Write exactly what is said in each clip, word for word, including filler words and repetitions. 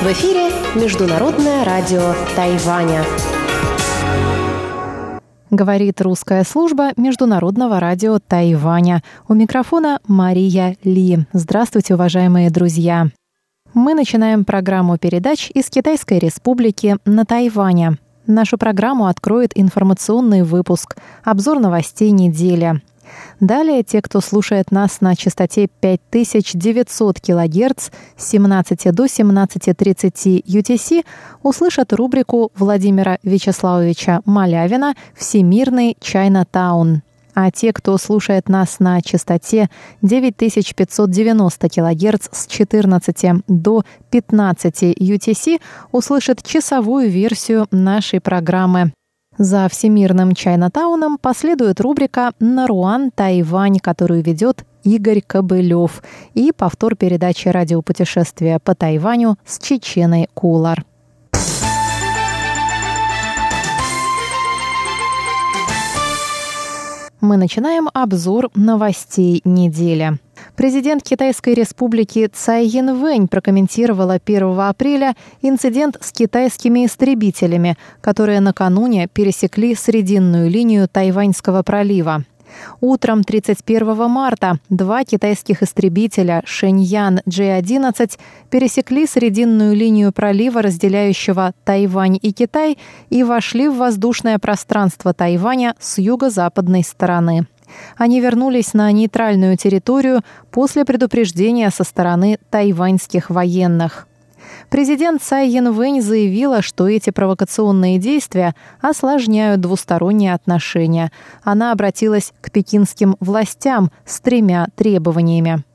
В эфире Международное радио Тайваня. Говорит русская служба Международного радио Тайваня. У микрофона Мария Ли. Здравствуйте, уважаемые друзья. Мы начинаем программу передач из Китайской Республики на Тайване. Нашу программу откроет информационный выпуск «Обзор новостей недели». Далее те, кто слушает нас на частоте пять тысяч девятьсот килогерц с семнадцати до семнадцати тридцати ю ти си, услышат рубрику Владимира Вячеславовича Малявина «Всемирный Чайнатаун». А те, кто слушает нас на частоте девять тысяч пятьсот девяносто килогерц с четырнадцати до пятнадцати ю ти си, услышат часовую версию нашей программы. За всемирным Чайнатауном последует рубрика «Наруан, Тайвань», которую ведет Игорь Кобылев, и повтор передачи радиопутешествия по Тайваню с Чеченой Кулар. Мы начинаем обзор новостей недели. Президент Китайской Республики Цай Янвэнь прокомментировала первого апреля инцидент с китайскими истребителями, которые накануне пересекли срединную линию Тайваньского пролива. Утром тридцать первого марта два китайских истребителя Шэньян Джей одиннадцать пересекли срединную линию пролива, разделяющего Тайвань и Китай, и вошли в воздушное пространство Тайваня с юго-западной стороны. Они вернулись на нейтральную территорию после предупреждения со стороны тайваньских военных. Президент Цай Янвэнь заявила, что эти провокационные действия осложняют двусторонние отношения. Она обратилась к пекинским властям с тремя требованиями.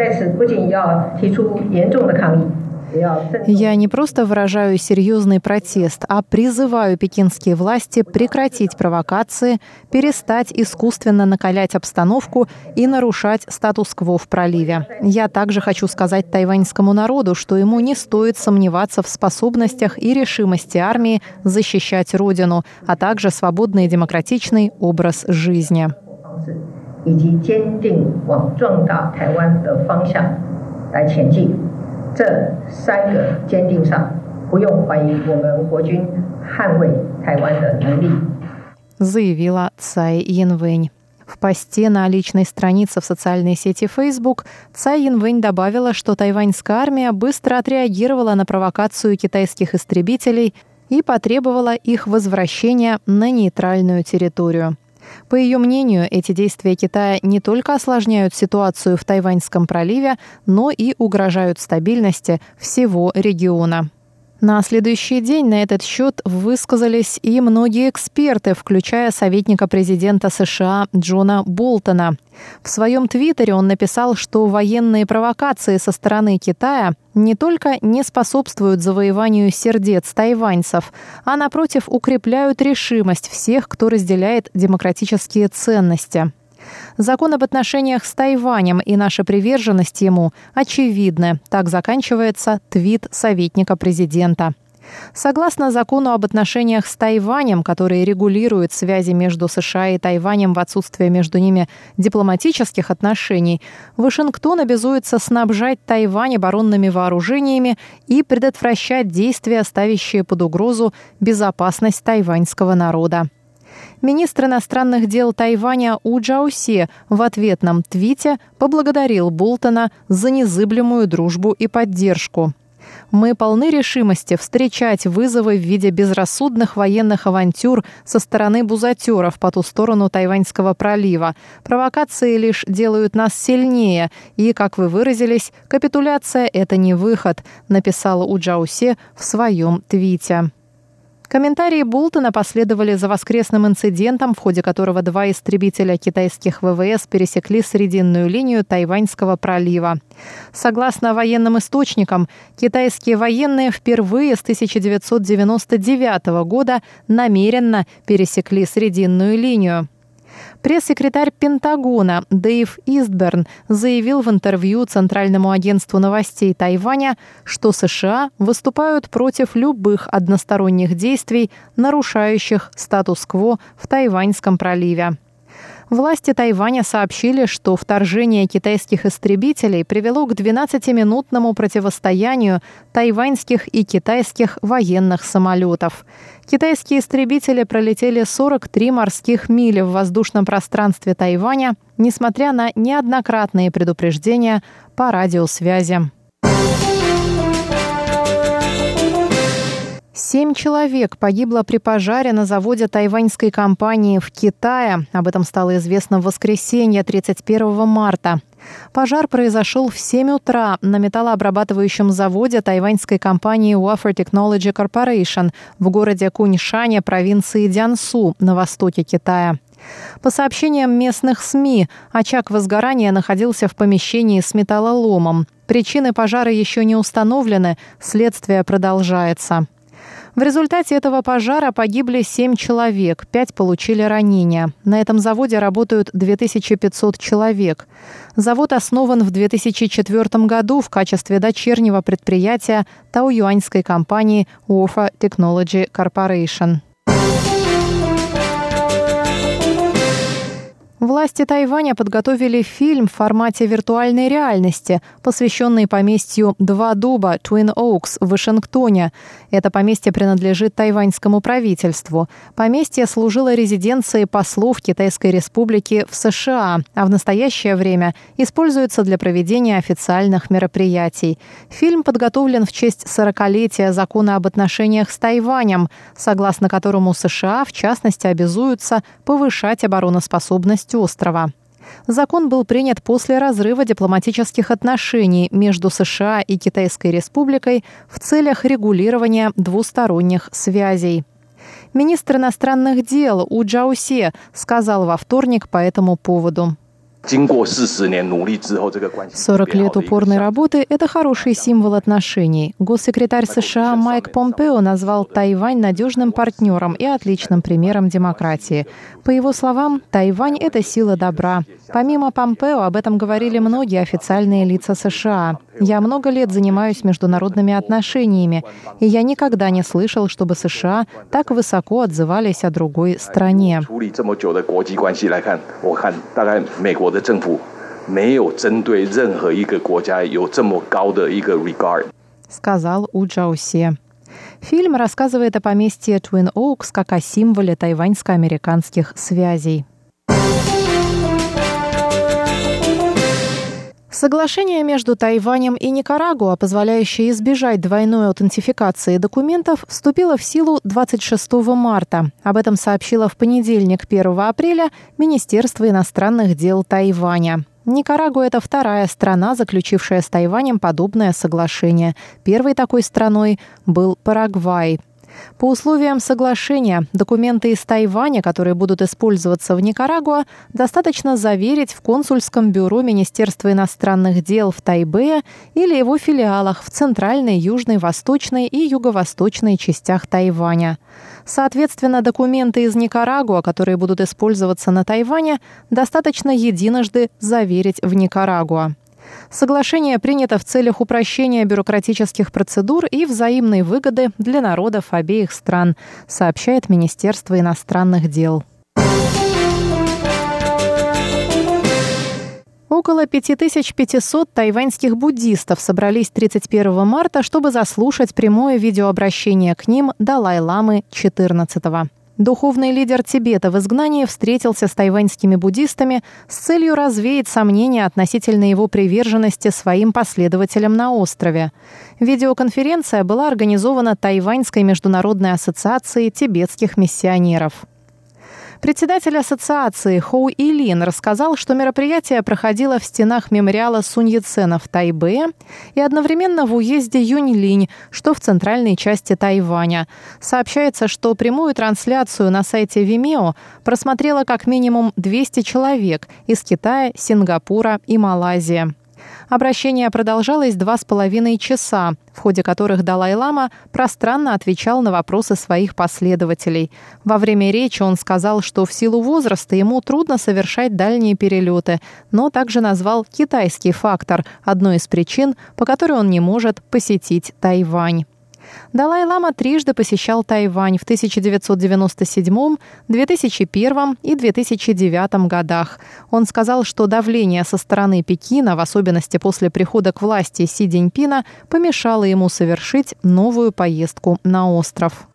Я не просто выражаю серьезный протест, а призываю пекинские власти прекратить провокации, перестать искусственно накалять обстановку и нарушать статус-кво в проливе. Я также хочу сказать тайваньскому народу, что ему не стоит сомневаться в способностях и решимости армии защищать родину, а также свободный и демократичный образ жизни. Заявила Цай Янвэнь. В посте на личной странице в социальной сети Facebook Цай Янвэнь добавила, что тайваньская армия быстро отреагировала на провокацию китайских истребителей и потребовала их возвращения на нейтральную территорию. По ее мнению, эти действия Китая не только осложняют ситуацию в Тайваньском проливе, но и угрожают стабильности всего региона. На следующий день на этот счет высказались и многие эксперты, включая советника президента США Джона Болтона. В своем твиттере он написал, что военные провокации со стороны Китая не только не способствуют завоеванию сердец тайваньцев, а, напротив, укрепляют решимость всех, кто разделяет демократические ценности. Закон об отношениях с Тайванем и наша приверженность ему очевидны. Так заканчивается твит советника президента. Согласно закону об отношениях с Тайванем, который регулирует связи между США и Тайванем в отсутствие между ними дипломатических отношений, Вашингтон обязуется снабжать Тайвань оборонными вооружениями и предотвращать действия, ставящие под угрозу безопасность тайваньского народа. Министр иностранных дел Тайваня У Джаосе в ответном твите поблагодарил Болтона за незыблемую дружбу и поддержку. «Мы полны решимости встречать вызовы в виде безрассудных военных авантюр со стороны бузатеров по ту сторону Тайваньского пролива. Провокации лишь делают нас сильнее, и, как вы выразились, капитуляция – это не выход», написал У Джаосе в своем твите. Комментарии Болтона последовали за воскресным инцидентом, в ходе которого два истребителя китайских вэ вэ эс пересекли срединную линию Тайваньского пролива. Согласно военным источникам, китайские военные впервые с тысяча девятьсот девяносто девятого года намеренно пересекли срединную линию. Пресс-секретарь Пентагона Дэйв Истберн заявил в интервью Центральному агентству новостей Тайваня, что США выступают против любых односторонних действий, нарушающих статус-кво в Тайваньском проливе. Власти Тайваня сообщили, что вторжение китайских истребителей привело к двенадцатиминутному противостоянию тайваньских и китайских военных самолетов. Китайские истребители пролетели сорок три морских мили в воздушном пространстве Тайваня, несмотря на неоднократные предупреждения по радиосвязи. Семь человек погибло при пожаре на заводе тайваньской компании в Китае. Об этом стало известно в воскресенье, тридцать первого марта. Пожар произошел в семь утра на металлообрабатывающем заводе тайваньской компании Wafer Technology Corporation в городе Куньшане, провинции Цзянсу на востоке Китая. По сообщениям местных СМИ, очаг возгорания находился в помещении с металлоломом. Причины пожара еще не установлены, следствие продолжается. В результате этого пожара погибли семь человек, пять получили ранения. На этом заводе работают две тысячи пятьсот человек. Завод основан в две тысячи четвёртом году в качестве дочернего предприятия таоюаньской компании Wafer Technology Corporation. Власти Тайваня подготовили фильм в формате виртуальной реальности, посвященный поместью Два дуба Twin Oaks в Вашингтоне. Это поместье принадлежит тайваньскому правительству. Поместье служило резиденцией послов Китайской Республики в США, а в настоящее время используется для проведения официальных мероприятий. Фильм подготовлен в честь сорокалетия закона об отношениях с Тайванем, согласно которому США, в частности, обязуются повышать обороноспособность острова. Закон был принят после разрыва дипломатических отношений между США и Китайской Республикой в целях регулирования двусторонних связей. Министр иностранных дел У Чжаосе сказал во вторник по этому поводу. сорок лет упорной работы – это хороший символ отношений. Госсекретарь США Майк Помпео назвал Тайвань надежным партнером и отличным примером демократии. По его словам, Тайвань – это сила добра. Помимо Помпео, об этом говорили многие официальные лица США. Я много лет занимаюсь международными отношениями, и я никогда не слышал, чтобы США так высоко отзывались о другой стране. Сказал У Чжаосе. Фильм рассказывает о поместье Twin Oaks как о символе тайваньско-американских связей. Соглашение между Тайванем и Никарагуа, позволяющее избежать двойной аутентификации документов, вступило в силу двадцать шестого марта. Об этом сообщило в понедельник, первого апреля, Министерство иностранных дел Тайваня. Никарагуа – это вторая страна, заключившая с Тайванем подобное соглашение. Первой такой страной был Парагвай. По условиям соглашения, документы из Тайваня, которые будут использоваться в Никарагуа, достаточно заверить в консульском бюро Министерства иностранных дел в Тайбэе или его филиалах в центральной, южной, восточной и юго-восточной частях Тайваня. Соответственно, документы из Никарагуа, которые будут использоваться на Тайване, достаточно единожды заверить в Никарагуа. Соглашение принято в целях упрощения бюрократических процедур и взаимной выгоды для народов обеих стран, сообщает Министерство иностранных дел. Около пять тысяч пятьсот тайваньских буддистов собрались тридцать первого марта, чтобы заслушать прямое видеообращение к ним Далай-ламы четырнадцатого. Духовный лидер Тибета в изгнании встретился с тайваньскими буддистами с целью развеять сомнения относительно его приверженности своим последователям на острове. Видеоконференция была организована Тайваньской международной ассоциацией тибетских миссионеров. Председатель ассоциации Хоу Илин рассказал, что мероприятие проходило в стенах мемориала Сунь Яцена в Тайбэе и одновременно в уезде Юньлинь, что в центральной части Тайваня. Сообщается, что прямую трансляцию на сайте Vimeo просмотрело как минимум двести человек из Китая, Сингапура и Малайзии. Обращение продолжалось два с половиной часа, в ходе которых Далай-лама пространно отвечал на вопросы своих последователей. Во время речи он сказал, что в силу возраста ему трудно совершать дальние перелеты, но также назвал китайский фактор одной из причин, по которой он не может посетить Тайвань. Далай-лама трижды посещал Тайвань в тысяча девятьсот девяносто седьмом, две тысячи первом и две тысячи девятом годах. Он сказал, что давление со стороны Пекина, в особенности после прихода к власти Си Цзиньпина, помешало ему совершить новую поездку на остров.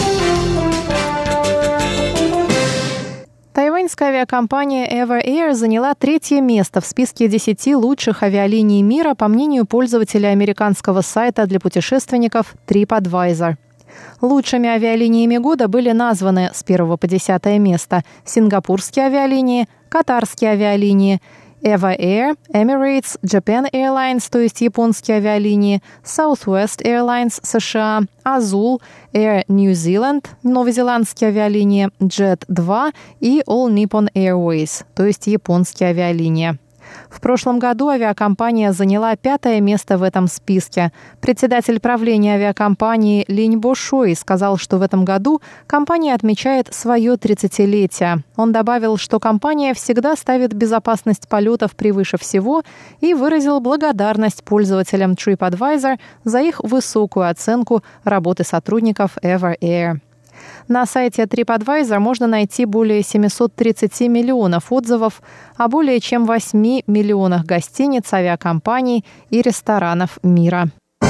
Тайваньская авиакомпания Ever Air заняла третье место в списке десяти лучших авиалиний мира, по мнению пользователя американского сайта для путешественников TripAdvisor. Лучшими авиалиниями года были названы с первого по десятое место сингапурские авиалинии, катарские авиалинии, Ever Air, Emirates, Japan Airlines, то есть японские авиалинии, Southwest Airlines, США, Azul, Air New Zealand, новозеландские авиалинии, Джет два и All Nippon Airways, то есть японские авиалинии. В прошлом году авиакомпания заняла пятое место в этом списке. Председатель правления авиакомпании Линь Бошуй сказал, что в этом году компания отмечает свое тридцатилетие. Он добавил, что компания всегда ставит безопасность полетов превыше всего, и выразил благодарность пользователям TripAdvisor за их высокую оценку работы сотрудников Ever Air. На сайте TripAdvisor можно найти более семьсот тридцать миллионов отзывов о более чем восьми миллионах гостиниц, авиакомпаний и ресторанов мира.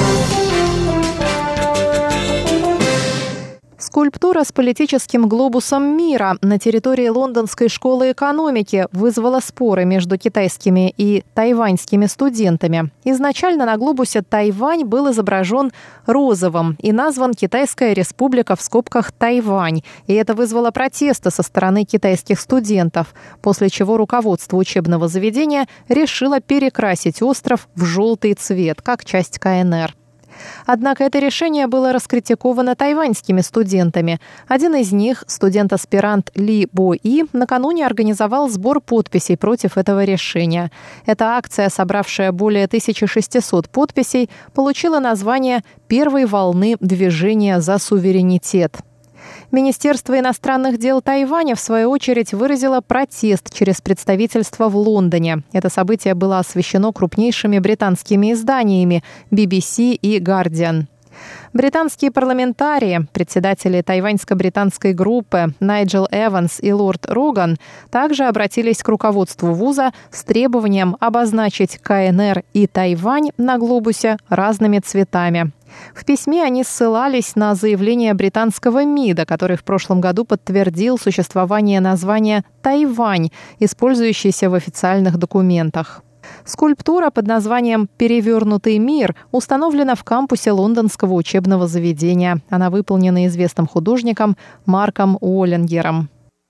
Скульптура с политическим глобусом мира на территории Лондонской школы экономики вызвала споры между китайскими и тайваньскими студентами. Изначально на глобусе Тайвань был изображен розовым и назван Китайская республика в скобках Тайвань. И это вызвало протесты со стороны китайских студентов, после чего руководство учебного заведения решило перекрасить остров в желтый цвет, как часть ка эн эр. Однако это решение было раскритиковано тайваньскими студентами. Один из них, студент-аспирант Ли Бо И, накануне организовал сбор подписей против этого решения. Эта акция, собравшая более тысячи шестисот подписей, получила название «Первой волны движения за суверенитет». Министерство иностранных дел Тайваня, в свою очередь, выразило протест через представительство в Лондоне. Это событие было освещено крупнейшими британскими изданиями би би си и Guardian. Британские парламентарии, председатели тайваньско-британской группы Найджел Эванс и лорд Роган, также обратились к руководству вуза с требованием обозначить ка эн эр и Тайвань на глобусе разными цветами. В письме они ссылались на заявление британского МИДа, который в прошлом году подтвердил существование названия «Тайвань», использующееся в официальных документах. Скульптура под названием «Перевернутый мир» установлена в кампусе лондонского учебного заведения. Она выполнена известным художником Марком Уоллингером.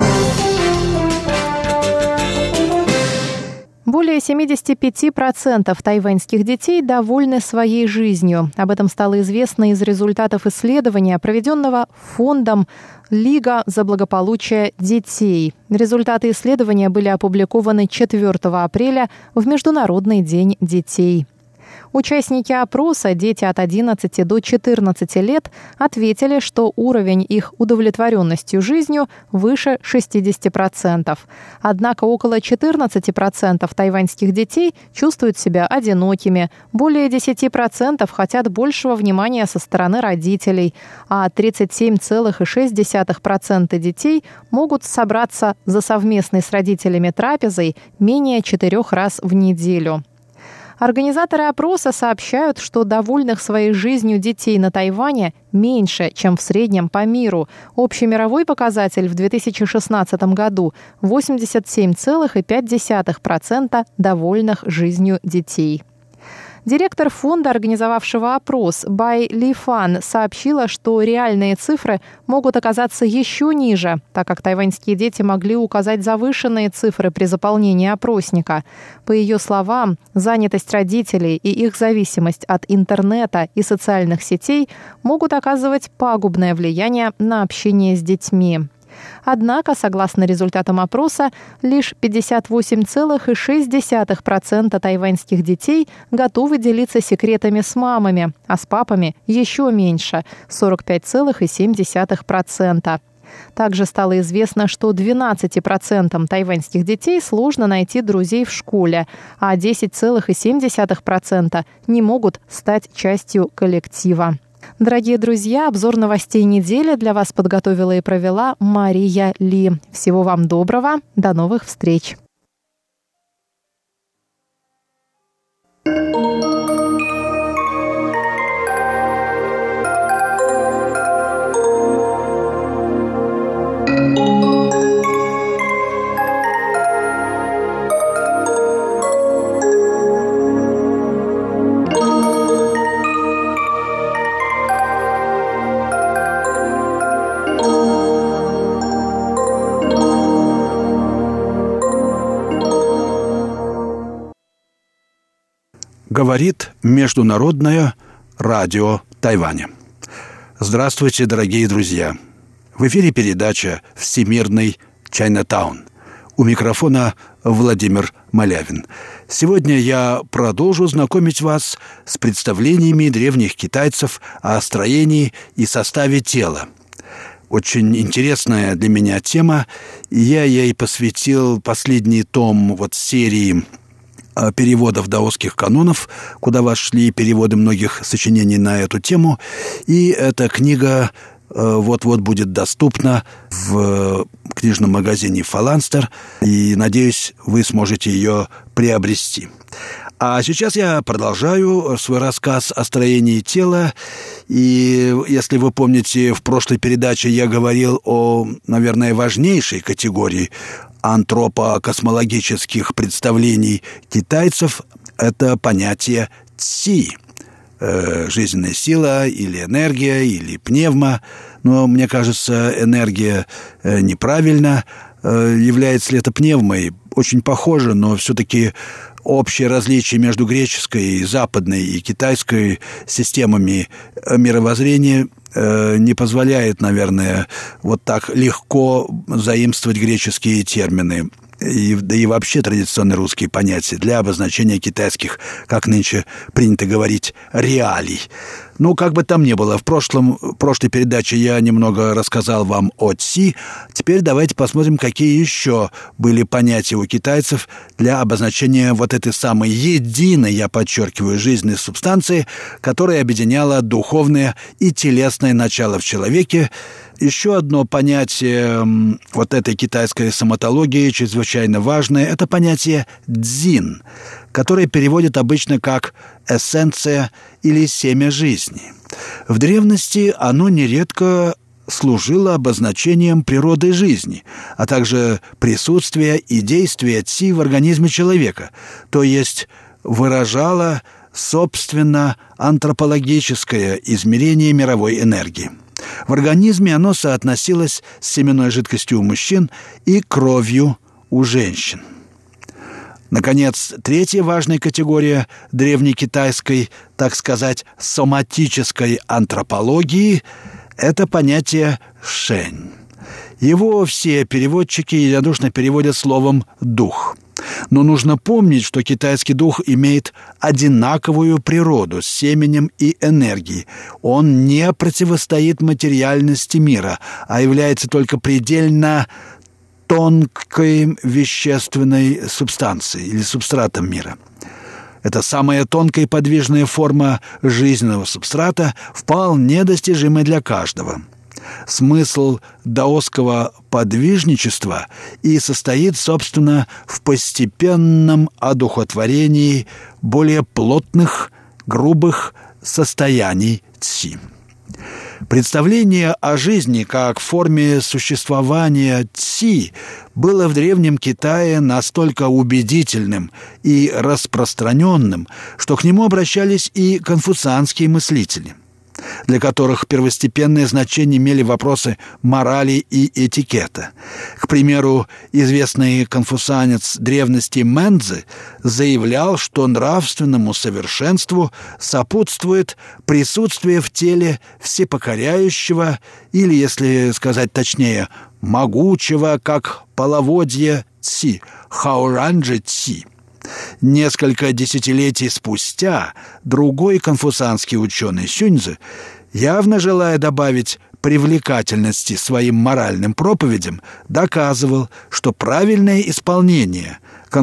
Более семьдесят пять процентов тайваньских детей довольны своей жизнью. Об этом стало известно из результатов исследования, проведенного фондом «Лига за благополучие детей». Результаты исследования были опубликованы четвёртого апреля в Международный день детей. Участники опроса, дети от одиннадцати до четырнадцати лет, ответили, что уровень их удовлетворенностью жизнью выше шестидесяти процентов. Однако около четырнадцати процентов тайваньских детей чувствуют себя одинокими, более десяти процентов хотят большего внимания со стороны родителей, а тридцать семь целых шесть десятых процента детей могут собраться за совместной с родителями трапезой менее четырех раз в неделю. Организаторы опроса сообщают, что довольных своей жизнью детей на Тайване меньше, чем в среднем по миру. Общемировой показатель в две тысячи шестнадцатом году – восемьдесят семь целых пять десятых процента довольных жизнью детей. Директор фонда, организовавшего опрос, Бай Ли Фан, сообщила, что реальные цифры могут оказаться еще ниже, так как тайваньские дети могли указать завышенные цифры при заполнении опросника. По ее словам, занятость родителей и их зависимость от интернета и социальных сетей могут оказывать пагубное влияние на общение с детьми. Однако, согласно результатам опроса, лишь пятьдесят восемь целых шесть десятых процента тайваньских детей готовы делиться секретами с мамами, а с папами еще меньше – сорок пять целых семь десятых процента. Также стало известно, что двенадцати процентам тайваньских детей сложно найти друзей в школе, а десять целых семь десятых процента не могут стать частью коллектива. Дорогие друзья, обзор новостей недели для вас подготовила и провела Мария Ли. Всего вам доброго. До новых встреч. Говорит Международное радио Тайваня. Здравствуйте, дорогие друзья! В эфире передача «Всемирный Чайнатаун». У микрофона Владимир Малявин. Сегодня я продолжу знакомить вас с представлениями древних китайцев о строении и составе тела. Очень интересная для меня тема, и я ей посвятил последний том вот серии переводов даосских канонов, куда вошли переводы многих сочинений на эту тему. И эта книга вот-вот будет доступна в книжном магазине «Фаланстер», и, надеюсь, вы сможете ее приобрести. А сейчас я продолжаю свой рассказ о строении тела. И если вы помните, в прошлой передаче я говорил о, наверное, важнейшей категории антропокосмологических представлений китайцев. Это понятие ци. Жизненная сила или энергия, или пневма. Но, мне кажется, энергия неправильно. Является ли это пневмой? Очень похоже, но все-таки общее различие между греческой, западной и китайской системами мировоззрения не позволяет, наверное, вот так легко заимствовать греческие термины. И, да и вообще традиционные русские понятия для обозначения китайских, как нынче принято говорить, реалий. Ну, как бы там ни было, в прошлом, в прошлой передаче я немного рассказал вам о ци. Теперь давайте посмотрим, какие еще были понятия у китайцев для обозначения вот этой самой единой, я подчеркиваю, жизненной субстанции, которая объединяла духовное и телесное начало в человеке. Еще одно понятие вот этой китайской соматологии, чрезвычайно важное, это понятие «дзин», которое переводят обычно как «эссенция» или «семя жизни». В древности оно нередко служило обозначением природы жизни, а также присутствия и действия ци в организме человека, то есть выражало, собственно, антропологическое измерение мировой энергии. В организме оно соотносилось с семенной жидкостью у мужчин и кровью у женщин. Наконец, третья важная категория древнекитайской, так сказать, соматической антропологии – это понятие «шэнь». Его все переводчики единодушно переводят словом «дух». Но нужно помнить, что китайский дух имеет одинаковую природу с семенем и энергией. Он не противостоит материальности мира, а является только предельно тонкой вещественной субстанцией или субстратом мира. Это самая тонкая и подвижная форма жизненного субстрата, вполне достижимая для каждого. Смысл даосского подвижничества и состоит, собственно, в постепенном одухотворении более плотных, грубых состояний ци. Представление о жизни как форме существования ци было в Древнем Китае настолько убедительным и распространенным, что к нему обращались и конфуцианские мыслители, для которых первостепенное значение имели вопросы морали и этикета. К примеру, известный конфуцианец древности Мэнцзи заявлял, что нравственному совершенству сопутствует присутствие в теле всепокоряющего, или, если сказать точнее, могучего, как половодье ци, хаоранджи ци. Несколько десятилетий спустя другой конфуцианский ученый Сюньцзы, явно желая добавить привлекательности своим моральным проповедям, доказывал, что правильное исполнение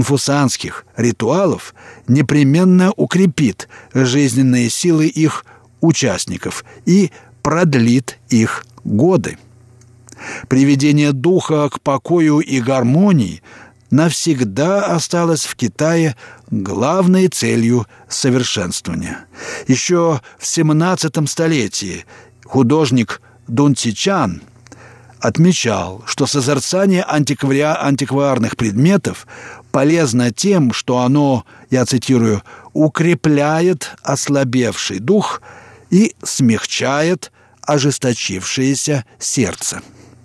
конфуцианских ритуалов непременно укрепит жизненные силы их участников и продлит их годы. Приведение духа к покою и гармонии навсегда осталось в Китае главной целью совершенствования. Еще в семнадцатом столетии художник Дун Цичан отмечал, что созерцание антиквари... антикварных предметов полезно тем, что оно, я цитирую, «укрепляет ослабевший дух и смягчает ожесточившееся сердце».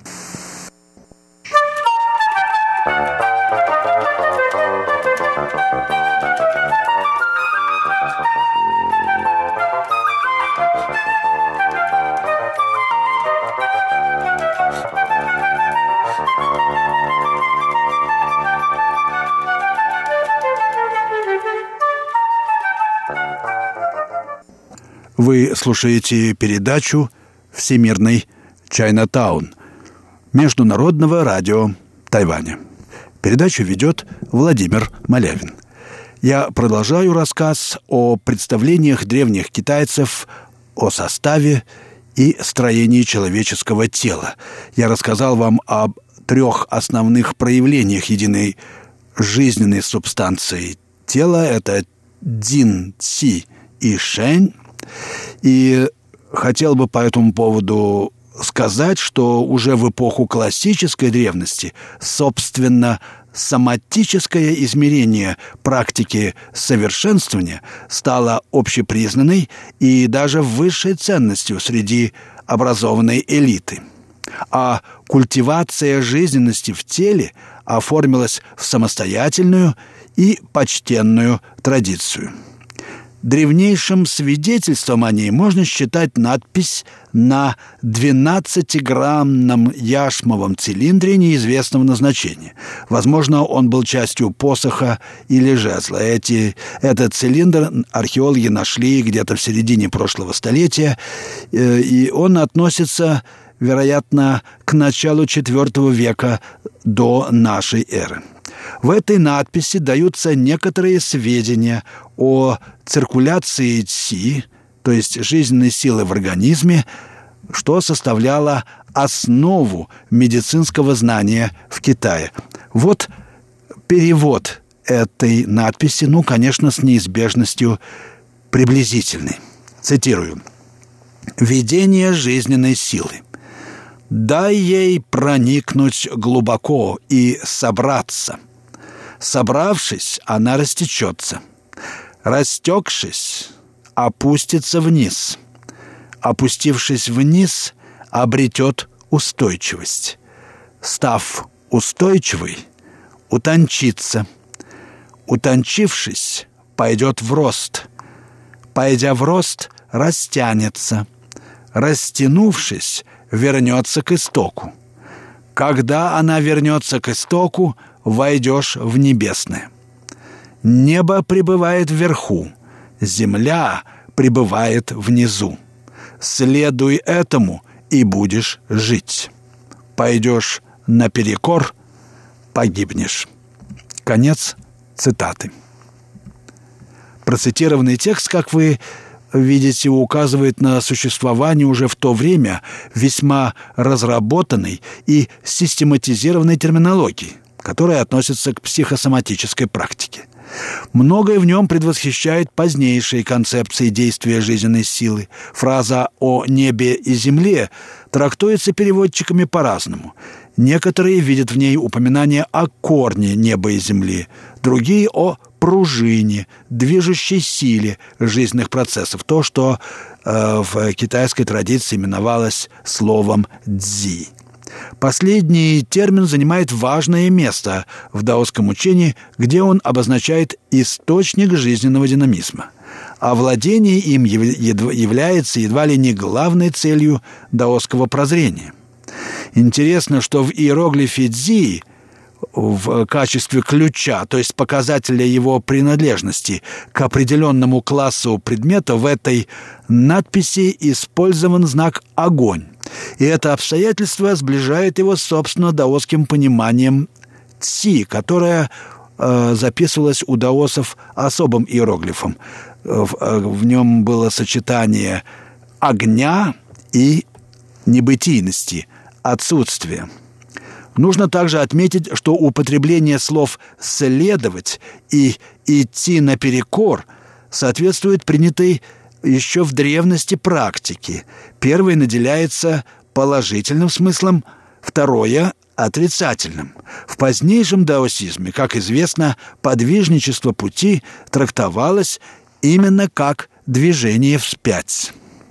Вы слушаете передачу «Всемирный Чайнатаун» Международного радио Тайваня. Передачу ведет Владимир Малявин. Я продолжаю рассказ о представлениях древних китайцев о составе и строении человеческого тела. Я рассказал вам об трех основных проявлениях единой жизненной субстанции тела. Это Дин, Ци и Шэнь. И хотел бы по этому поводу сказать, что уже в эпоху классической древности, собственно, соматическое измерение практики совершенствования стало общепризнанной и даже высшей ценностью среди образованной элиты. А культивация жизненности в теле оформилась в самостоятельную и почтенную традицию. Древнейшим свидетельством о ней можно считать надпись на двенадцатиграммном яшмовом цилиндре неизвестного назначения. Возможно, он был частью посоха или жезла. Эти, этот цилиндр археологи нашли где-то в середине прошлого столетия, и он относится, вероятно, к началу четвёртого века до нашей эры. В этой надписи даются некоторые сведения о циркуляции ци, то есть жизненной силы в организме, что составляло основу медицинского знания в Китае. Вот перевод этой надписи, ну, конечно, с неизбежностью приблизительный. Цитирую. «Видение жизненной силы. Дай ей проникнуть глубоко и собраться. Собравшись, она растечется. Растекшись, опустится вниз. Опустившись вниз, обретет устойчивость. Став устойчивой, утончится. Утончившись, пойдет в рост. Пойдя в рост, растянется. Растянувшись, вернется к истоку. Когда она вернется к истоку, войдешь в небесное. Небо пребывает вверху, земля пребывает внизу. Следуй этому, и будешь жить. Пойдешь наперекор, погибнешь». Конец цитаты. Процитированный текст, как вы видите, указывает на существование уже в то время весьма разработанной и систематизированной терминологии, которая относится к психосоматической практике. Многое в нем предвосхищает позднейшие концепции действия жизненной силы. Фраза о небе и земле трактуется переводчиками по-разному. Некоторые видят в ней упоминание о корне неба и земли, другие — о пружине, движущей силе жизненных процессов, то, что э, в китайской традиции именовалось словом «цзи». Последний термин занимает важное место в даосском учении, где он обозначает источник жизненного динамизма. А владение им является едва ли не главной целью даосского прозрения. Интересно, что в иероглифе «цзи» в качестве ключа, то есть показателя его принадлежности к определенному классу предмета, в этой надписи использован знак «огонь». И это обстоятельство сближает его с, собственно, даосским пониманием ци, которое э, записывалось у даосов особым иероглифом. В, в нем было сочетание огня и небытийности, отсутствия. Нужно также отметить, что употребление слов «следовать» и «идти наперекор» соответствует принятой еще в древности практике. Первое наделяется положительным смыслом, второе – отрицательным. В позднейшем даосизме, как известно, подвижничество пути трактовалось именно как движение вспять.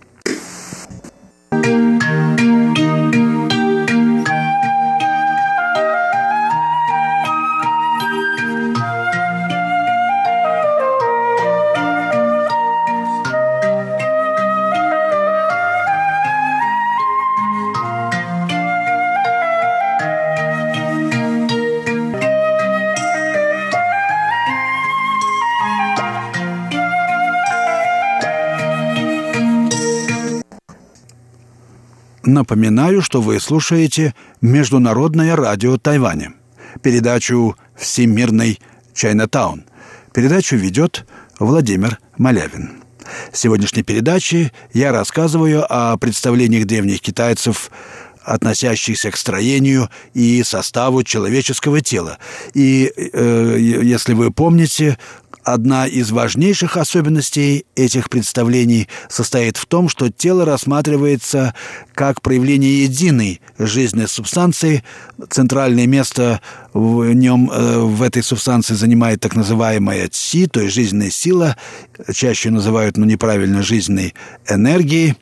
Напоминаю, что вы слушаете Международное радио Тайваня, передачу «Всемирный Чайнатаун». Передачу ведет Владимир Малявин. В сегодняшней передаче я рассказываю о представлениях древних китайцев, относящихся к строению и составу человеческого тела. И, э, если вы помните, одна из важнейших особенностей этих представлений состоит в том, что тело рассматривается как проявление единой жизненной субстанции. Центральное место в нем, в этой субстанции занимает так называемая ци, то есть жизненная сила, чаще называют, ну, неправильно, жизненной энергией.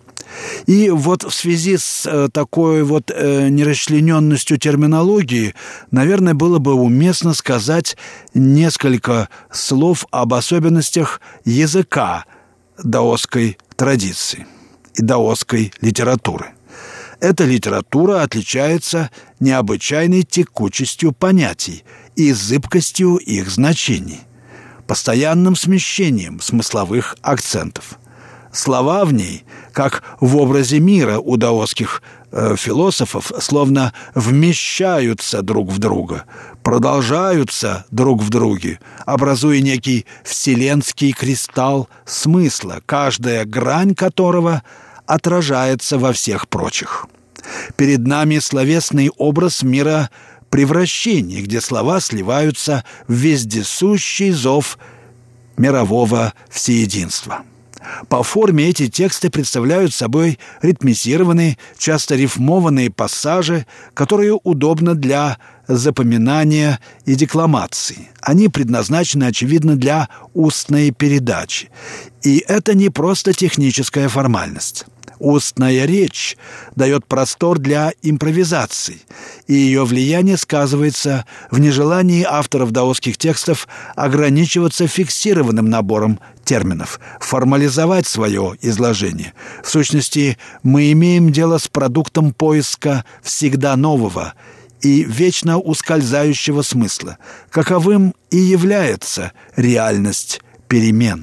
И вот в связи с такой вот нерасчлененностью терминологии, наверное, было бы уместно сказать несколько слов об особенностях языка даосской традиции и даосской литературы. Эта литература отличается необычайной текучестью понятий и зыбкостью их значений, постоянным смещением смысловых акцентов. Слова в ней, как в образе мира у даосских э, философов, словно вмещаются друг в друга, продолжаются друг в друге, образуя некий вселенский кристалл смысла, каждая грань которого отражается во всех прочих. Перед нами словесный образ мира превращения, где слова сливаются в вездесущий зов мирового всеединства. По форме эти тексты представляют собой ритмизированные, часто рифмованные пассажи, которые удобны для запоминания и декламации. Они предназначены, очевидно, для устной передачи. И это не просто техническая формальность. Устная речь дает простор для импровизаций, и ее влияние сказывается в нежелании авторов даосских текстов ограничиваться фиксированным набором терминов, формализовать свое изложение. В сущности, мы имеем дело с продуктом поиска всегда нового и вечно ускользающего смысла, каковым и является реальность перемен.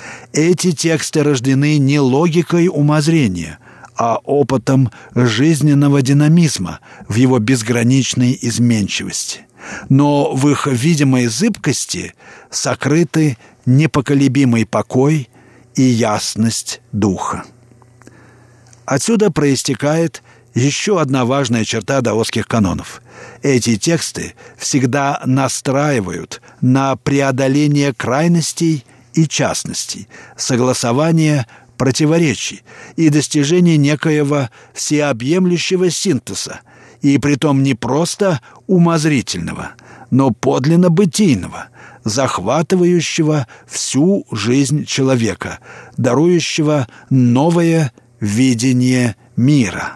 Эти тексты рождены не логикой умозрения, а опытом жизненного динамизма в его безграничной изменчивости. Но в их видимой зыбкости сокрыты непоколебимый покой и ясность духа. Отсюда проистекает еще одна важная черта даосских канонов. Эти тексты всегда настраивают на преодоление крайностей и частностей, согласование противоречий и достижение некоего всеобъемлющего синтеза, и притом не просто умозрительного, но подлинно бытийного, захватывающего всю жизнь человека, дарующего новое видение мира.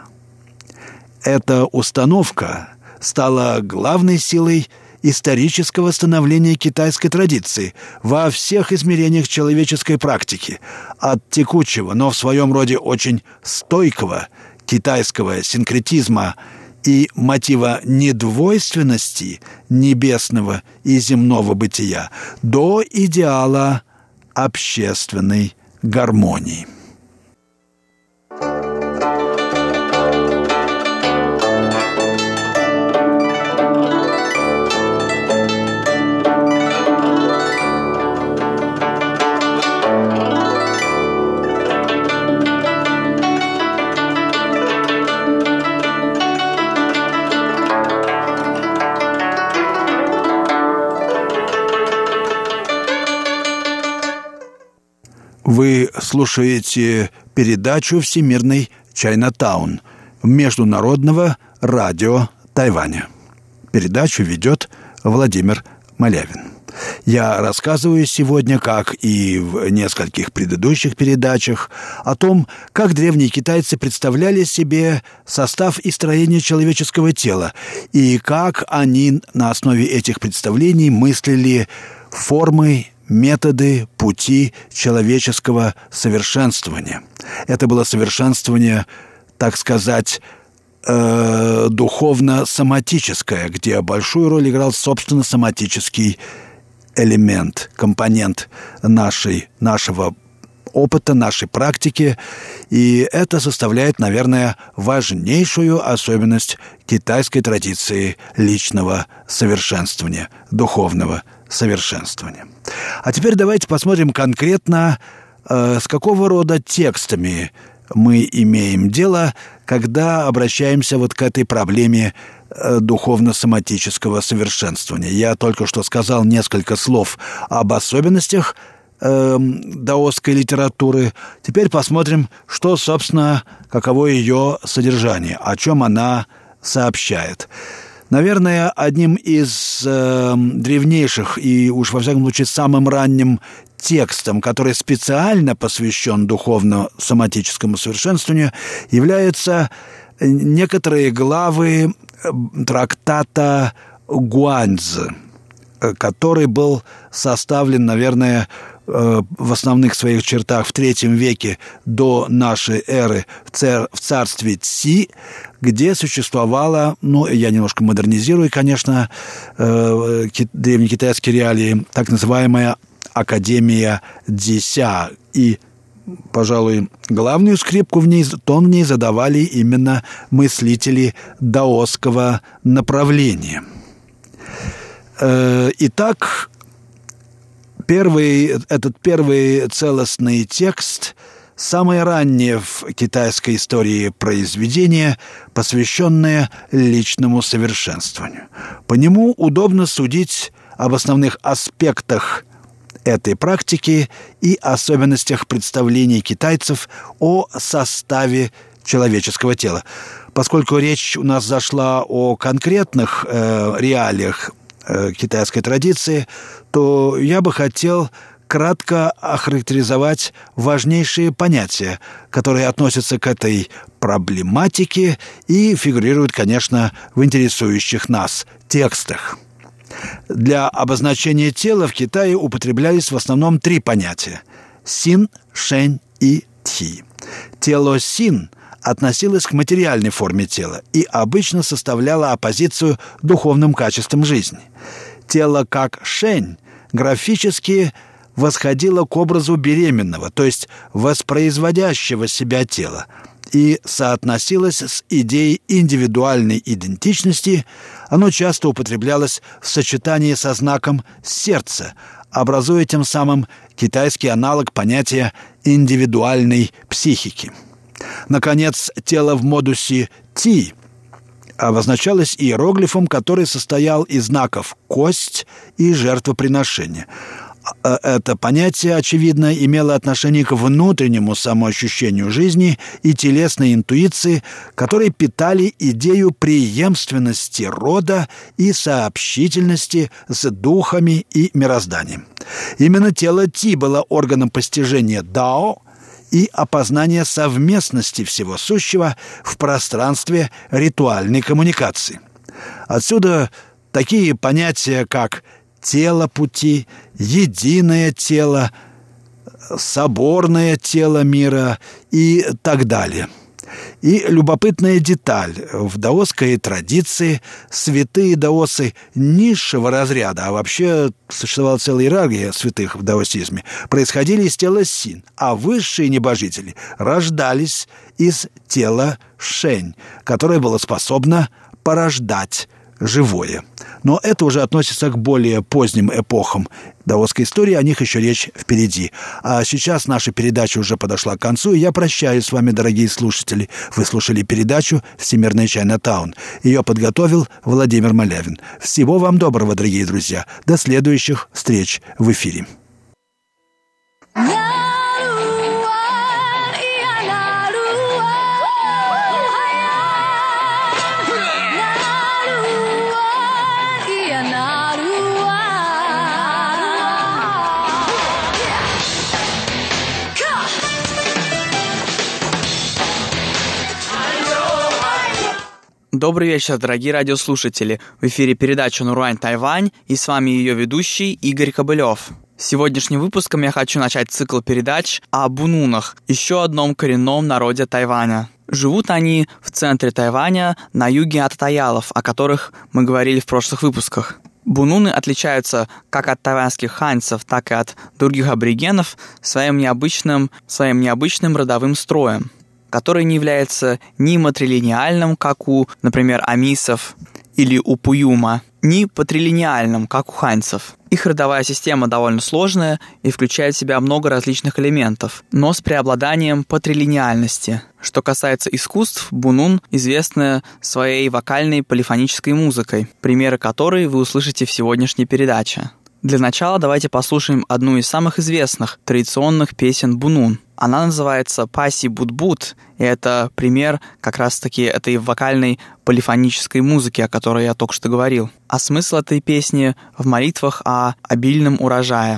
Эта установка стала главной силой исторического становления китайской традиции во всех измерениях человеческой практики, от текучего, но в своем роде очень стойкого китайского синкретизма и мотива недвойственности небесного и земного бытия до идеала общественной гармонии. Вы слушаете передачу «Всемирный Чайнатаун» Международного радио Тайваня. Передачу ведет Владимир Малявин. Я рассказываю сегодня, как и в нескольких предыдущих передачах, о том, как древние китайцы представляли себе состав и строение человеческого тела, и как они на основе этих представлений мыслили формы, методы, пути человеческого совершенствования. Это было совершенствование, так сказать, э, духовно-соматическое, где большую роль играл, собственно, соматический элемент, компонент нашей, нашего опыта, нашей практики. И это составляет, наверное, важнейшую особенность китайской традиции личного совершенствования, духовного совершенствования. А теперь давайте посмотрим конкретно, э, с какого рода текстами мы имеем дело, когда обращаемся вот к этой проблеме э, духовно-соматического совершенствования. Я только что сказал несколько слов об особенностях э, даосской литературы. Теперь посмотрим, что, собственно, каково ее содержание, о чем она сообщает. Наверное, одним из э, древнейших и уж во всяком случае самым ранним текстом, который специально посвящен духовно-соматическому совершенствованию, являются некоторые главы трактата Гуаньцзы, который был составлен, наверное, в основных своих чертах в третьем веке до нашей эры в царстве Ци, где существовала, ну, я немножко модернизирую, конечно, древнекитайские реалии, так называемая Академия Дзися. И, пожалуй, главную скрипку в ней, тон в ней задавали именно мыслители даосского направления. Итак, Первый, этот первый целостный текст – самое раннее в китайской истории произведение, посвященное личному совершенствованию. По нему удобно судить об основных аспектах этой практики и особенностях представлений китайцев о составе человеческого тела. Поскольку речь у нас зашла о конкретных э, реалиях китайской традиции, то я бы хотел кратко охарактеризовать важнейшие понятия, которые относятся к этой проблематике и фигурируют, конечно, в интересующих нас текстах. Для обозначения тела в Китае употреблялись в основном три понятия – син, шэнь и тхи. Тело син – относилась к материальной форме тела и обычно составляла оппозицию духовным качествам жизни. Тело как шэнь графически восходило к образу беременного, то есть воспроизводящего себя тела, и соотносилось с идеей индивидуальной идентичности. Оно часто употреблялось в сочетании со знаком сердца, образуя тем самым китайский аналог понятия индивидуальной психики. Наконец, тело в модусе Ти обозначалось иероглифом, который состоял из знаков «кость» и «жертвоприношение». Это понятие, очевидно, имело отношение к внутреннему самоощущению жизни и телесной интуиции, которые питали идею преемственности рода и сообщительности с духами и мирозданием. Именно тело Ти было органом постижения дао и опознания совместности всего сущего в пространстве ритуальной коммуникации. Отсюда такие понятия, как тело пути, единое тело, соборное тело мира и так далее. И любопытная деталь. В даосской традиции святые даосы низшего разряда, а вообще существовала целая иерархия святых в даосизме, происходили из тела син, а высшие небожители рождались из тела шэнь, которое было способно порождать живое. Но это уже относится к более поздним эпохам даосской истории, о них еще речь впереди. А сейчас наша передача уже подошла к концу, и я прощаюсь с вами, дорогие слушатели. Вы слушали передачу «Всемирный Чайнатаун». Ее подготовил Владимир Малявин. Всего вам доброго, дорогие друзья. До следующих встреч в эфире. No! Добрый вечер, дорогие радиослушатели. В эфире передача «Наруань Тайвань» и с вами ее ведущий Игорь Кобылев. Сегодняшним выпуском я хочу начать цикл передач о бунунах, еще одном коренном народе Тайваня. Живут они в центре Тайваня, на юге от атаялов, о которых мы говорили в прошлых выпусках. Бунуны отличаются как от тайваньских ханьцев, так и от других аборигенов своим необычным, своим необычным родовым строем, который не является ни матрилиниальным, как у, например, амисов или у пуюма, ни патрилиниальным, как у ханьцев. Их родовая система довольно сложная и включает в себя много различных элементов, но с преобладанием патрилиниальности. Что касается искусств, бунун известны своей вокальной полифонической музыкой, примеры которой вы услышите в сегодняшней передаче. Для начала давайте послушаем одну из самых известных традиционных песен бунун. Она называется «Паси Бут-Бут», и это пример как раз-таки этой вокальной полифонической музыки, о которой я только что говорил. А смысл этой песни в молитвах о обильном урожае.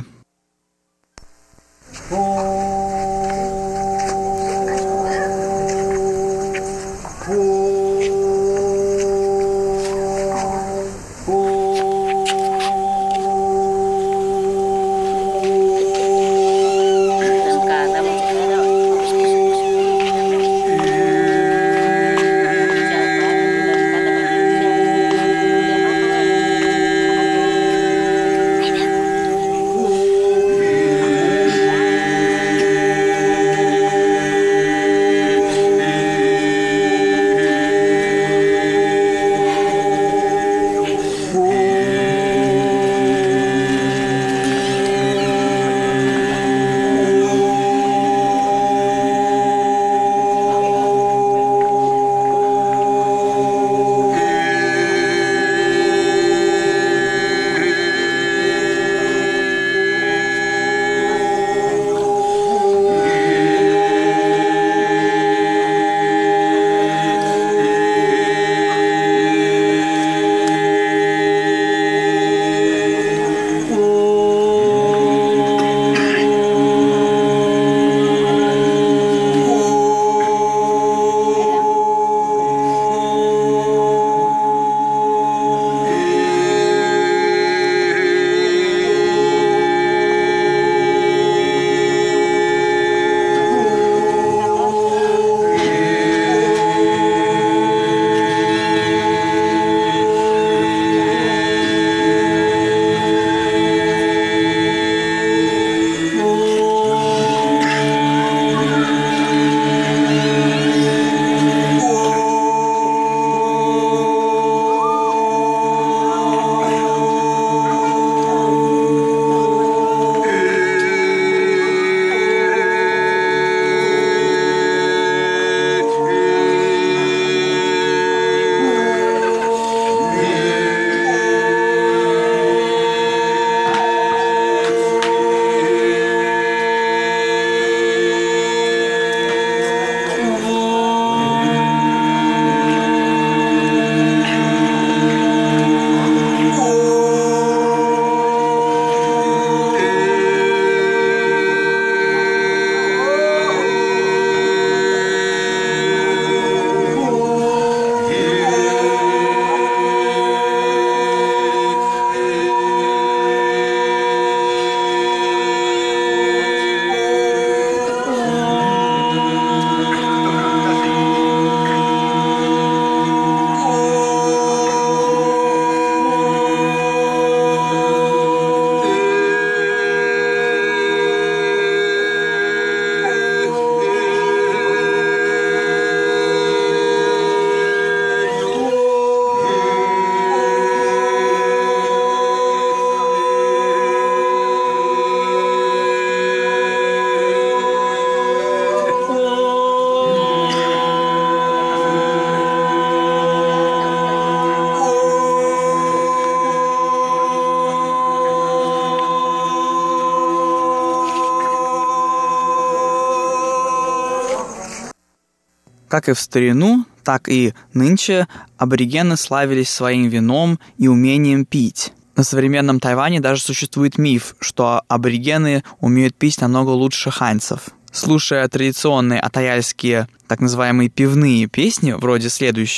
Как и в старину, так и нынче аборигены славились своим вином и умением пить. На современном Тайване даже существует миф, что аборигены умеют пить намного лучше ханьцев. Слушая традиционные атаяльские, так называемые пивные песни, вроде следующей,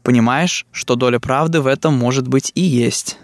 понимаешь, что доля правды в этом может быть и есть.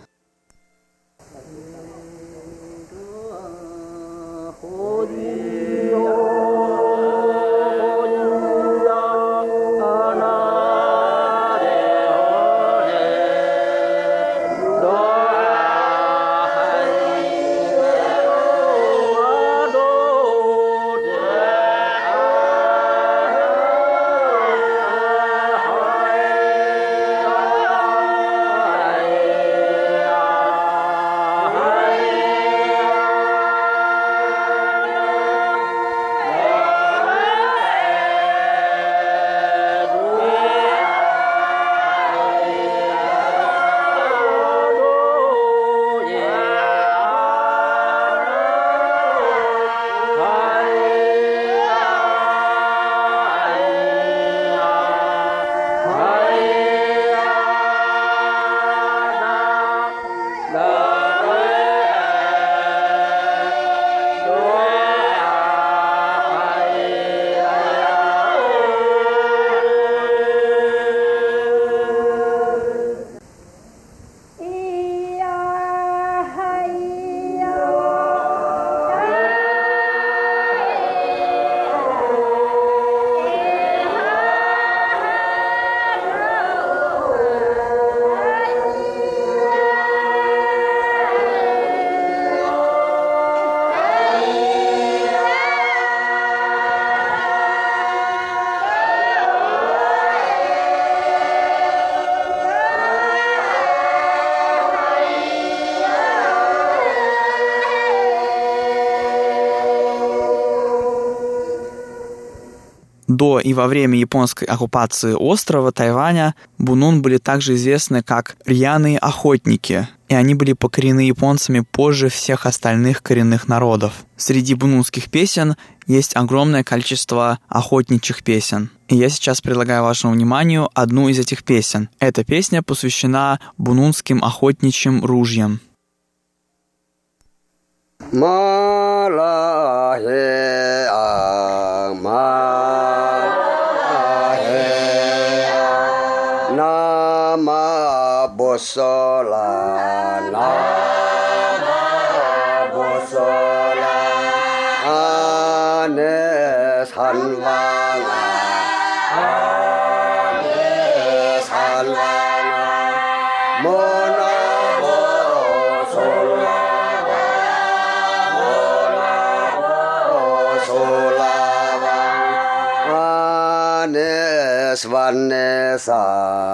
До и во время японской оккупации острова Тайваня бунун были также известны как рьяные охотники, и они были покорены японцами позже всех остальных коренных народов. Среди бунунских песен есть огромное количество охотничьих песен. И я сейчас предлагаю вашему вниманию одну из этих песен. Эта песня посвящена бунунским охотничьим ружьям. Bosola, nama bosola, anes hanwanga, anes hanwanga, mona bosola, mona bosola, anes vanessa.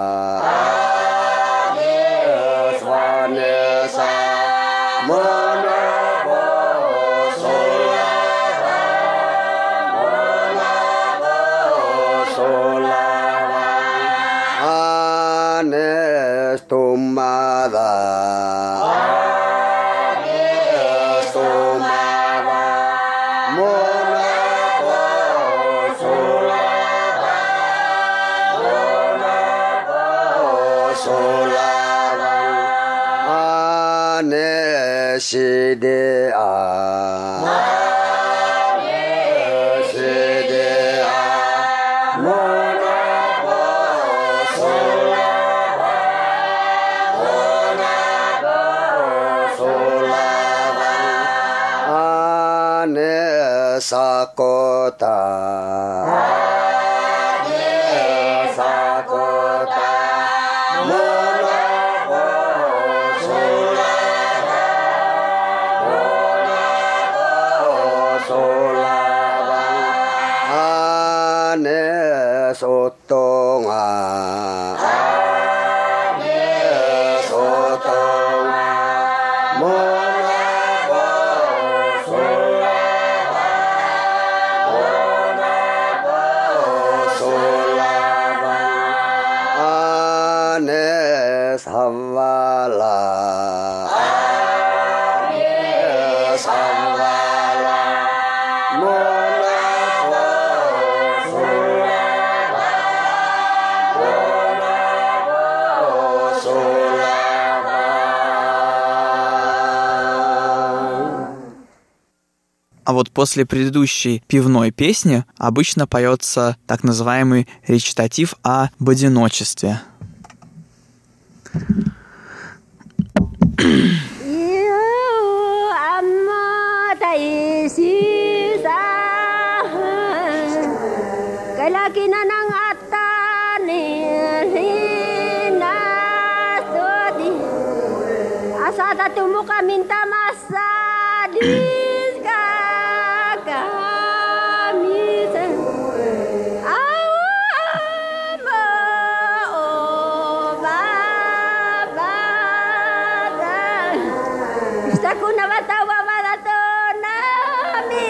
Sidea, Sidea, Mona Bosola, Mona Bosola, Ane Sakota, Ane Sakota, Mona Bosola. Sotonga, sotonga, mona bosola, mona bosola, anes havala, anes havala, mona bosola. А вот после предыдущей пивной песни обычно поется так называемый речитатив об одиночестве. laki na ng atani hinasodi asada tumuka minta masadis kakamisan awama obabada gusto ko na matawa malato namin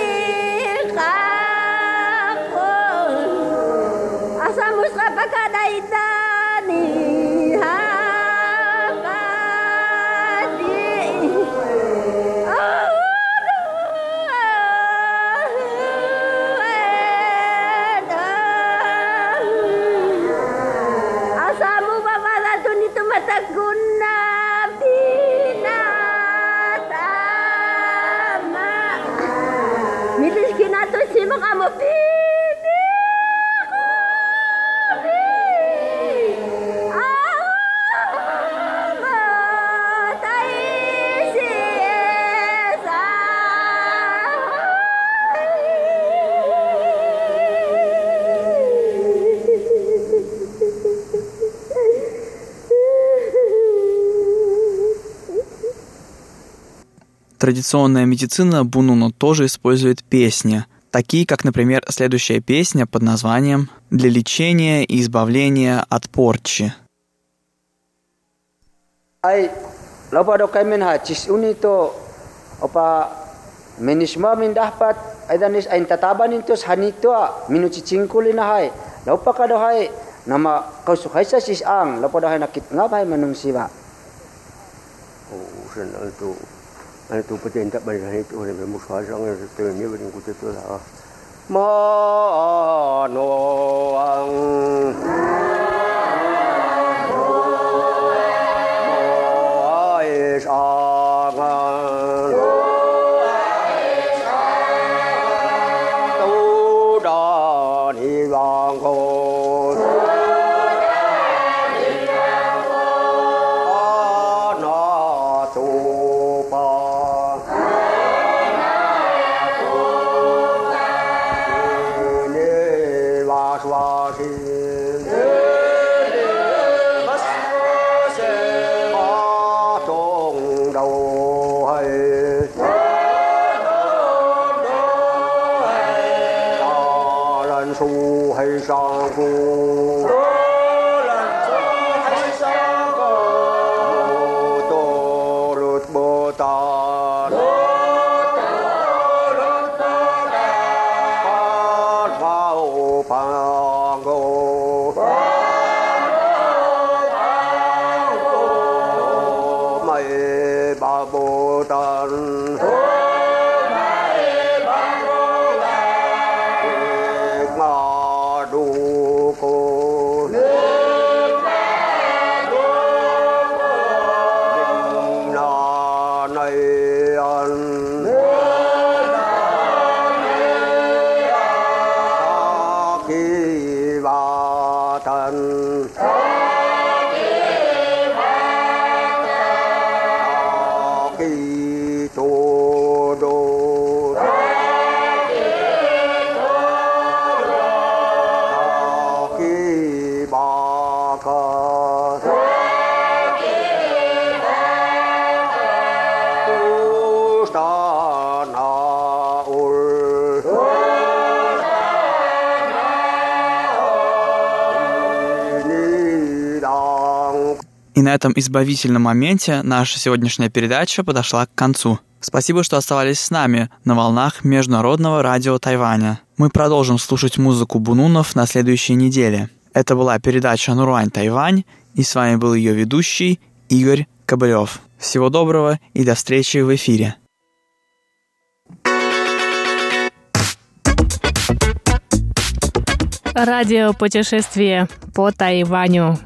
Asamus kapagkadaitani habadi Asamu babala tunito mataguna binatama Mitis kinato si mga mopi Традиционная медицина Бунуно тоже использует песни, такие как, например, следующая песня под названием «Для лечения и избавления от порчи». Ai lopa do kaimen ha cis unito opa menisma min dapat aidanis ain tataban intus hanito minu cicingkulina hai lopa ka do hai nama kausukai sa sis ang lopa do hai nakit ngap hai manungsiwa oh sen itu Ano ito patenta ba rin ito? Ano may mukha siyang ito niya ba rin ko ito lang? Mano ang Moais angan Tudan hilang ko И на этом избавительном моменте наша сегодняшняя передача подошла к концу. Спасибо, что оставались с нами на волнах Международного радио Тайваня. Мы продолжим слушать музыку бунунов на следующей неделе. Это была передача Нуруань Тайвань, и с вами был ее ведущий Игорь Кобылев. Всего доброго и до встречи в эфире. Радиопутешествие по Тайваню.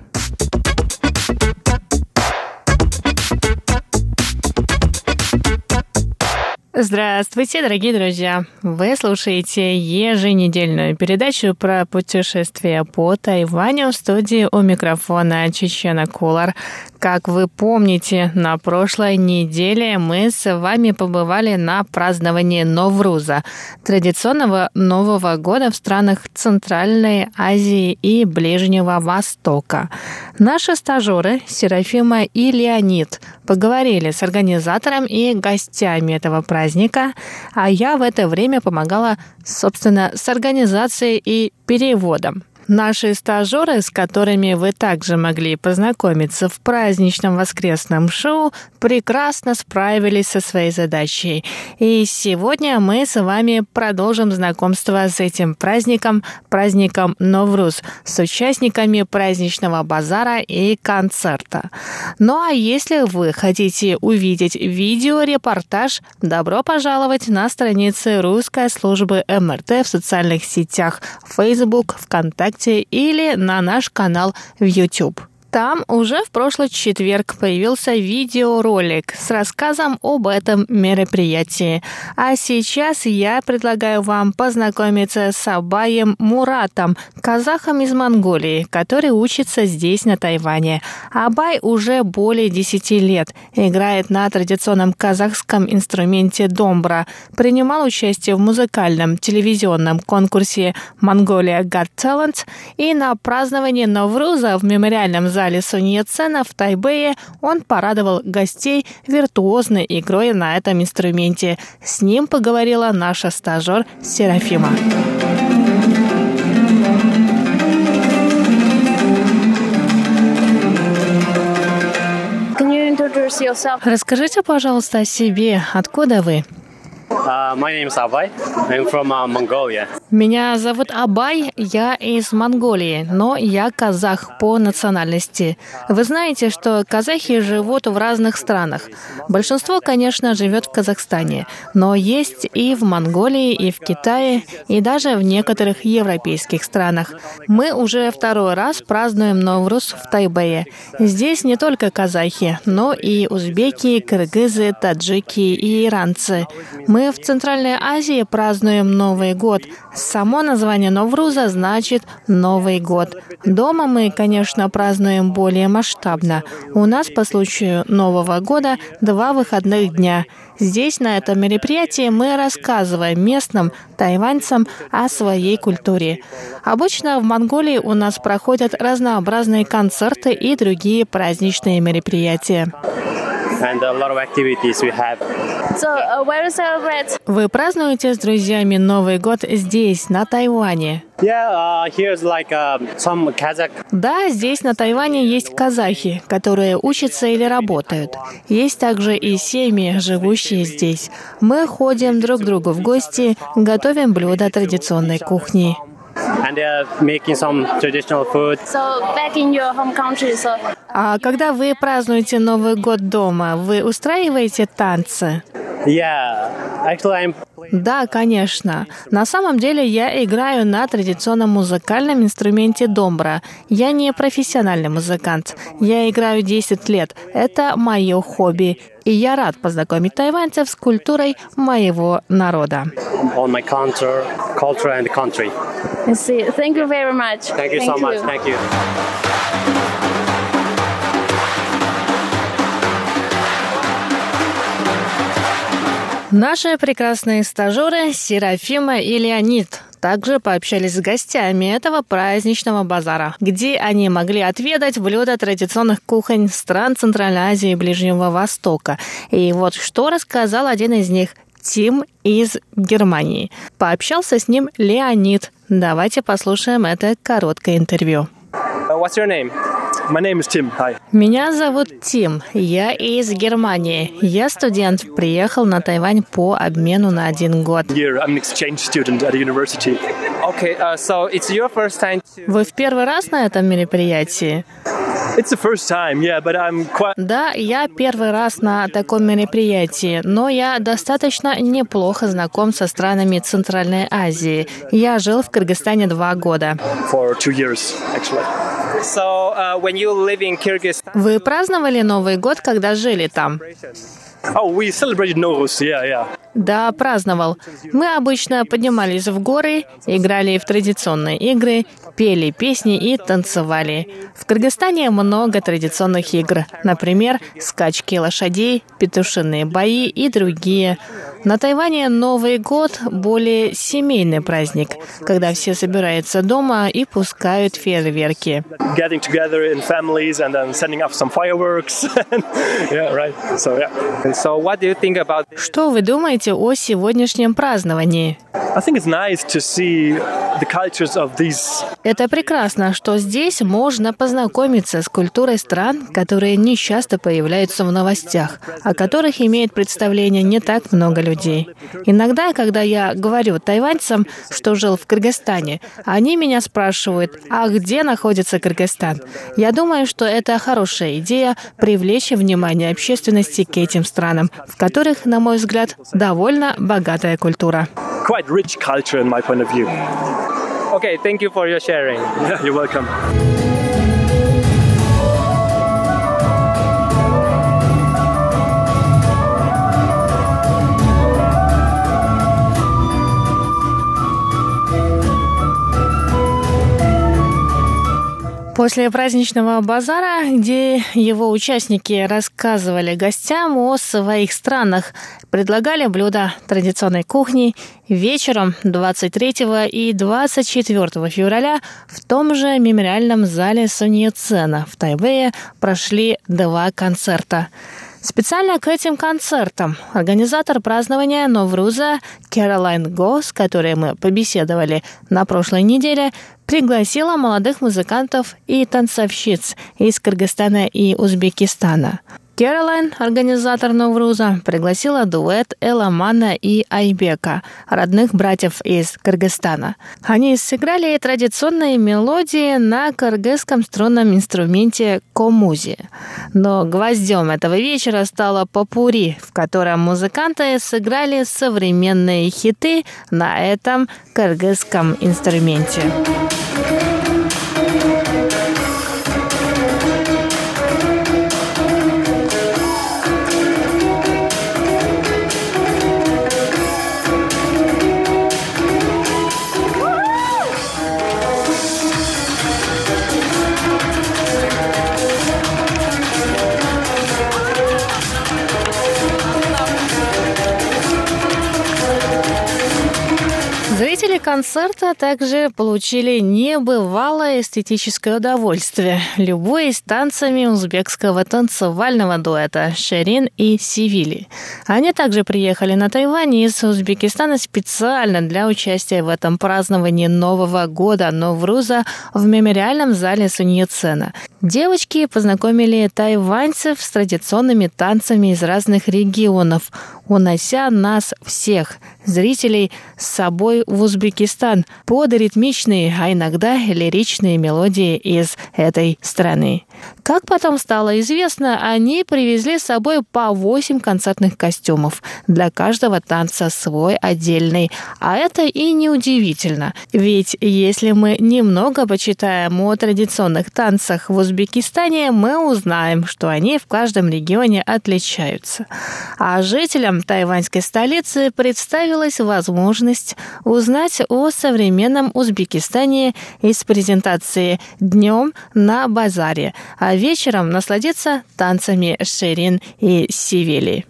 Здравствуйте, дорогие друзья! Вы слушаете еженедельную передачу про путешествия по Тайваню в студии у микрофона Чечена Кулар. Как вы помните, на прошлой неделе мы с вами побывали на праздновании Новруза, традиционного Нового года в странах Центральной Азии и Ближнего Востока. Наши стажеры Серафима и Леонид поговорили с организатором и гостями этого праздника, а я в это время помогала, собственно, с организацией и переводом. Наши стажеры, с которыми вы также могли познакомиться в праздничном воскресном шоу, прекрасно справились со своей задачей. И сегодня мы с вами продолжим знакомство с этим праздником, праздником Новруз, с участниками праздничного базара и концерта. Ну а если вы хотите увидеть видеорепортаж, добро пожаловать на страницы русской службы эм эр тэ в социальных сетях Facebook, ВКонтакте или на наш канал в YouTube. Там уже в прошлый четверг появился видеоролик с рассказом об этом мероприятии. А сейчас я предлагаю вам познакомиться с Абаем Муратом, казахом из Монголии, который учится здесь, на Тайване. Абай уже более десяти лет играет на традиционном казахском инструменте домбра, принимал участие в музыкальном телевизионном конкурсе «Mongolia Got Talent» и на праздновании Новруза в мемориальном зале В зале Сунь Яцена в Тайбэе он порадовал гостей виртуозной игрой на этом инструменте. С ним поговорила наша стажер Серафима. Расскажите, пожалуйста, о себе. Откуда вы? Uh, my name is Abay. I'm from uh, Mongolia. Меня зовут Абай, я из Монголии, но я казах по национальности. Вы знаете, что казахи живут в разных странах. Большинство, конечно, живет в Казахстане, но есть и в Монголии, и в Китае, и даже в некоторых европейских странах. Мы уже второй раз празднуем Новруз в Тайбэе. Здесь не только казахи, но и узбеки, кыргызы, таджики и иранцы. Мы в Центральной Азии празднуем Новый год. Само название Новруза значит «Новый год». Дома мы, конечно, празднуем более масштабно. У нас по случаю Нового года два выходных дня. Здесь, на этом мероприятии, мы рассказываем местным тайваньцам о своей культуре. Обычно в Монголии у нас проходят разнообразные концерты и другие праздничные мероприятия. And a lot of activities we have. So, uh, where is celebrate? Вы празднуете с друзьями Новый год здесь, на Тайване? Yeah, uh, here's like uh, some Kazakh. Да, здесь на Тайване есть казахи, которые учатся или работают. Есть также и семьи, живущие здесь. Мы ходим друг к другу в гости, готовим блюда традиционной кухни. And they're making some traditional food. So, back in your home country, so... А когда вы празднуете Новый год дома, вы устраиваете танцы? Yeah, actually I'm... Да, конечно. На самом деле я играю на традиционном музыкальном инструменте домбра. Я не профессиональный музыкант. Я играю десять лет. Это мое хобби. И я рад познакомить тайваньцев с культурой моего народа. On my culture, culture and country. I see. Thank you very much. Thank you so much. Thank you. Наши прекрасные стажеры Серафима и Леонид также пообщались с гостями этого праздничного базара, где они могли отведать блюда традиционных кухонь стран Центральной Азии и Ближнего Востока. И вот что рассказал один из них, Тим из Германии. Пообщался с ним Леонид. Давайте послушаем это короткое интервью. What's your name? My name is Tim. Hi. Меня зовут Тим. Я из Германии. Я студент. Приехал на Тайвань по обмену на один год. Year, I'm an exchange student at a university. Okay, uh, so it's your first time to... Вы в первый раз на этом мероприятии? It's the first time, yeah, but I'm quite... Да, я первый раз на таком мероприятии, но я достаточно неплохо знаком со странами Центральной Азии. Я жил в Кыргызстане два года. For two years, actually. So, uh, when you live in Kyrgyzstan... Вы праздновали Новый год, когда жили там? Oh, we celebrated Nowruz, yeah, yeah. Да, праздновал. Мы обычно поднимались в горы, играли в традиционные игры, пели песни и танцевали. В Кыргызстане много традиционных игр. Например, скачки лошадей, петушиные бои и другие. На Тайване Новый год – более семейный праздник, когда все собираются дома и пускают фейерверки. Getting together in families and then sending up some fireworks. Yeah, right. So, yeah. And so what do you think about... Что вы думаете о сегодняшнем праздновании? I think it's nice to see the cultures of these. Это прекрасно, что здесь можно познакомиться с культурой стран, которые не часто появляются в новостях, о которых имеет представление не так много людей. Иногда, когда я говорю тайваньцам, что жил в Кыргызстане, они меня спрашивают, а где находится Кыргызстан? Я думаю, что это хорошая идея привлечь внимание общественности к этим странам, в которых, на мой взгляд, довольно богатая культура. Quite rich culture in my point of view. Okay, thank you for your sharing. Yeah, you're welcome. После праздничного базара, где его участники рассказывали гостям о своих странах, предлагали блюда традиционной кухни, вечером двадцать третьего и двадцать четвёртого февраля в том же мемориальном зале Сунь Яцена в Тайбэе прошли два концерта. Специально к этим концертам организатор празднования Новруза Кэролайн Го, с которой мы побеседовали на прошлой неделе, пригласила молодых музыкантов и танцовщиц из Кыргызстана и Узбекистана. Кэролайн, организатор Новруза, пригласила дуэт Эламана и Айбека, родных братьев из Кыргызстана. Они сыграли традиционные мелодии на кыргызском струнном инструменте комузи. Но гвоздем этого вечера стало попурри, в котором музыканты сыграли современные хиты на этом кыргызском инструменте. Зрители концерта также получили небывалое эстетическое удовольствие, любуясь танцами узбекского танцевального дуэта Шерин и Сивили. Они также приехали на Тайвань из Узбекистана специально для участия в этом праздновании Нового года Новруза в мемориальном зале Сунь Яцена. Девочки познакомили тайваньцев с традиционными танцами из разных регионов, унося нас всех, зрителей, с собой в Узбекистан под ритмичные, а иногда лиричные мелодии из этой страны. Как потом стало известно, они привезли с собой по восемь концертных костюмов. Для каждого танца свой отдельный. А это и не удивительно. Ведь если мы немного почитаем о традиционных танцах в Узбекистане, мы узнаем, что они в каждом регионе отличаются. А жителям тайваньской столицы представилась возможность узнать о современном Узбекистане из презентации «Днем на базаре», а вечером насладиться танцами Шерин и Сивили.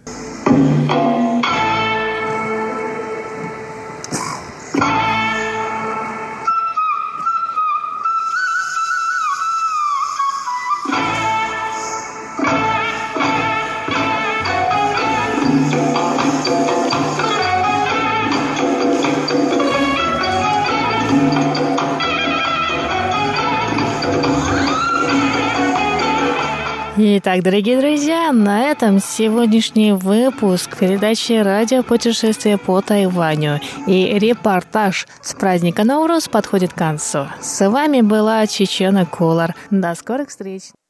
Итак, дорогие друзья, на этом сегодняшний выпуск передачи «Радиопутешествие по Тайваню» и репортаж с праздника Новруз подходит к концу. С вами была Чечена Кулар. До скорых встреч!